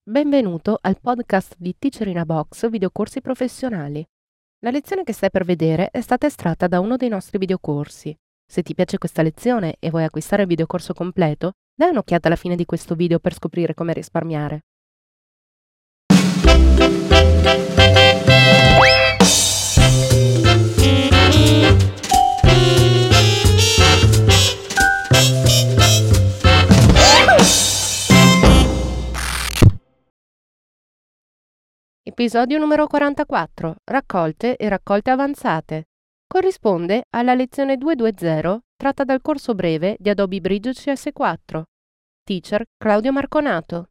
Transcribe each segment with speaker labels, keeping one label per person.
Speaker 1: Benvenuto al podcast di Teacher in a Box videocorsi professionali. La lezione che stai per vedere è stata estratta da uno dei nostri videocorsi. Se ti piace questa lezione e vuoi acquistare il videocorso completo, dai un'occhiata alla fine di questo video per scoprire come risparmiare. Episodio numero 44. Raccolte e raccolte avanzate. Corrisponde alla lezione 220 tratta dal corso breve di Adobe Bridge CS4. Teacher Claudio Marconato.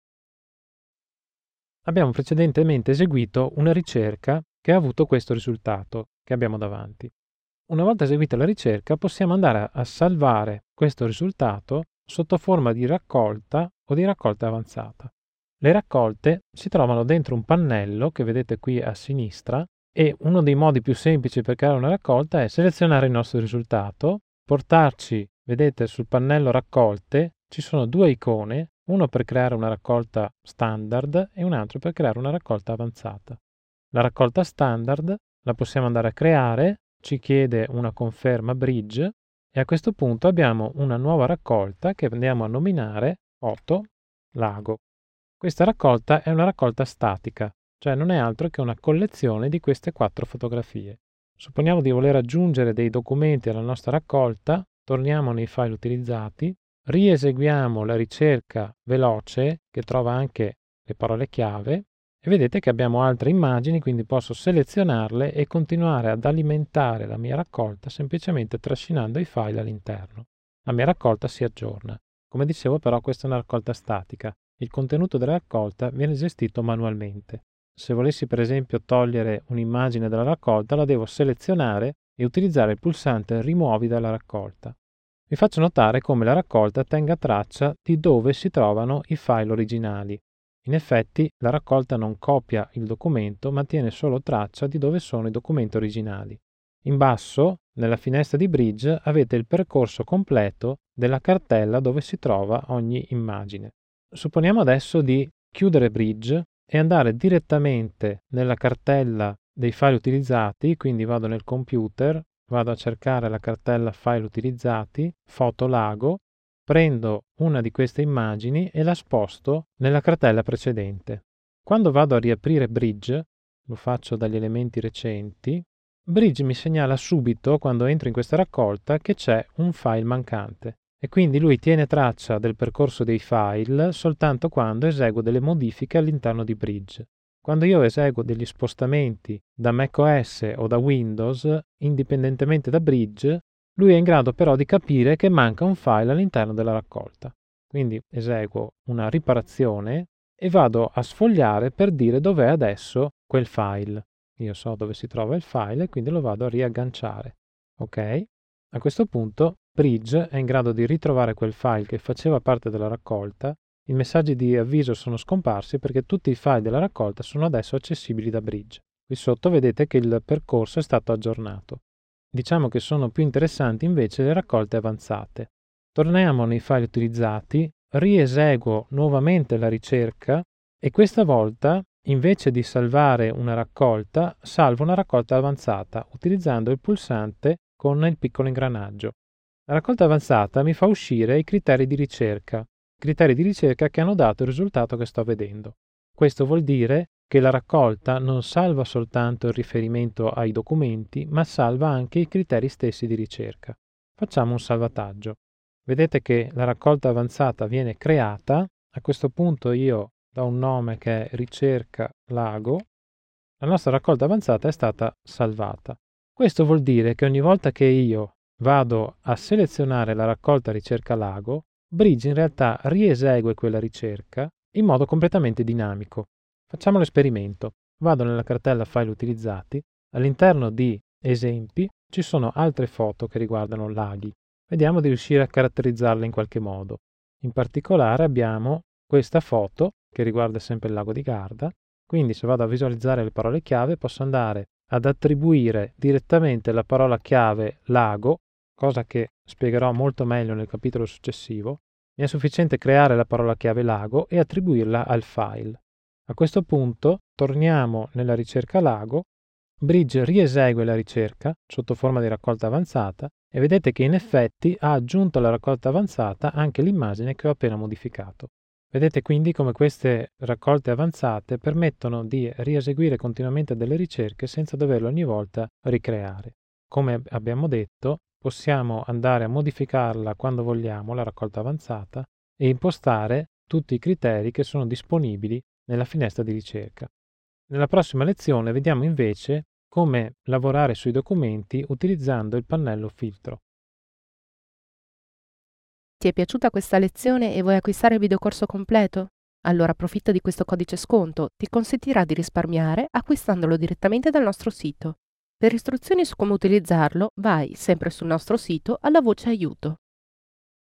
Speaker 2: Abbiamo precedentemente eseguito una ricerca che ha avuto questo risultato che abbiamo davanti. Una volta eseguita la ricerca possiamo andare a salvare questo risultato sotto forma di raccolta o di raccolta avanzata. Le raccolte si trovano dentro un pannello che vedete qui a sinistra e uno dei modi più semplici per creare una raccolta è selezionare il nostro risultato, portarci, vedete sul pannello raccolte ci sono due icone, uno per creare una raccolta standard e un altro per creare una raccolta avanzata. La raccolta standard la possiamo andare a creare, ci chiede una conferma bridge e a questo punto abbiamo una nuova raccolta che andiamo a nominare Foto Lago. Questa raccolta è una raccolta statica, cioè non è altro che una collezione di queste 4 fotografie. Supponiamo di voler aggiungere dei documenti alla nostra raccolta, torniamo nei file utilizzati, rieseguiamo la ricerca veloce che trova anche le parole chiave e vedete che abbiamo altre immagini, quindi posso selezionarle e continuare ad alimentare la mia raccolta semplicemente trascinando i file all'interno. La mia raccolta si aggiorna. Come dicevo però questa è una raccolta statica. Il contenuto della raccolta viene gestito manualmente. Se volessi per esempio togliere un'immagine dalla raccolta la devo selezionare e utilizzare il pulsante Rimuovi dalla raccolta. Vi faccio notare come la raccolta tenga traccia di dove si trovano i file originali. In effetti la raccolta non copia il documento ma tiene solo traccia di dove sono i documenti originali. In basso, nella finestra di Bridge, avete il percorso completo della cartella dove si trova ogni immagine. Supponiamo adesso di chiudere Bridge e andare direttamente nella cartella dei file utilizzati, quindi vado nel computer, vado a cercare la cartella file utilizzati, foto lago, prendo una di queste immagini e la sposto nella cartella precedente. Quando vado a riaprire Bridge, lo faccio dagli elementi recenti, Bridge mi segnala subito, quando entro in questa raccolta, che c'è un file mancante. E quindi lui tiene traccia del percorso dei file soltanto quando eseguo delle modifiche all'interno di Bridge. Quando io eseguo degli spostamenti da macOS o da Windows, indipendentemente da Bridge, lui è in grado però di capire che manca un file all'interno della raccolta. Quindi eseguo una riparazione e vado a sfogliare per dire dov'è adesso quel file. Io so dove si trova il file e quindi lo vado a riagganciare. Ok? A questo punto Bridge è in grado di ritrovare quel file che faceva parte della raccolta, i messaggi di avviso sono scomparsi perché tutti i file della raccolta sono adesso accessibili da Bridge. Qui sotto vedete che il percorso è stato aggiornato. Diciamo che sono più interessanti invece le raccolte avanzate. Torniamo nei file utilizzati, rieseguo nuovamente la ricerca e questa volta, invece di salvare una raccolta, salvo una raccolta avanzata utilizzando il pulsante con il piccolo ingranaggio. La raccolta avanzata mi fa uscire i criteri di ricerca che hanno dato il risultato che sto vedendo. Questo vuol dire che la raccolta non salva soltanto il riferimento ai documenti, ma salva anche i criteri stessi di ricerca. Facciamo un salvataggio. Vedete che la raccolta avanzata viene creata, a questo punto io do un nome che è ricerca lago, la nostra raccolta avanzata è stata salvata. Questo vuol dire che ogni volta che io vado a selezionare la raccolta ricerca lago, Bridge in realtà riesegue quella ricerca in modo completamente dinamico. Facciamo l'esperimento. Vado nella cartella file utilizzati, all'interno di esempi ci sono altre foto che riguardano laghi. Vediamo di riuscire a caratterizzarle in qualche modo. In particolare abbiamo questa foto che riguarda sempre il lago di Garda, quindi se vado a visualizzare le parole chiave posso andare ad attribuire direttamente la parola chiave lago, cosa che spiegherò molto meglio nel capitolo successivo. Mi è sufficiente creare la parola chiave lago e attribuirla al file. A questo punto torniamo nella ricerca lago, Bridge riesegue la ricerca sotto forma di raccolta avanzata e vedete che in effetti ha aggiunto alla raccolta avanzata anche l'immagine che ho appena modificato. Vedete quindi come queste raccolte avanzate permettono di rieseguire continuamente delle ricerche senza doverle ogni volta ricreare. Come abbiamo detto, possiamo andare a modificarla quando vogliamo, la raccolta avanzata, e impostare tutti i criteri che sono disponibili nella finestra di ricerca. Nella prossima lezione vediamo invece come lavorare sui documenti utilizzando il pannello filtro.
Speaker 1: Ti è piaciuta questa lezione e vuoi acquistare il videocorso completo? Allora approfitta di questo codice sconto, ti consentirà di risparmiare acquistandolo direttamente dal nostro sito. Per istruzioni su come utilizzarlo, vai sempre sul nostro sito alla voce aiuto.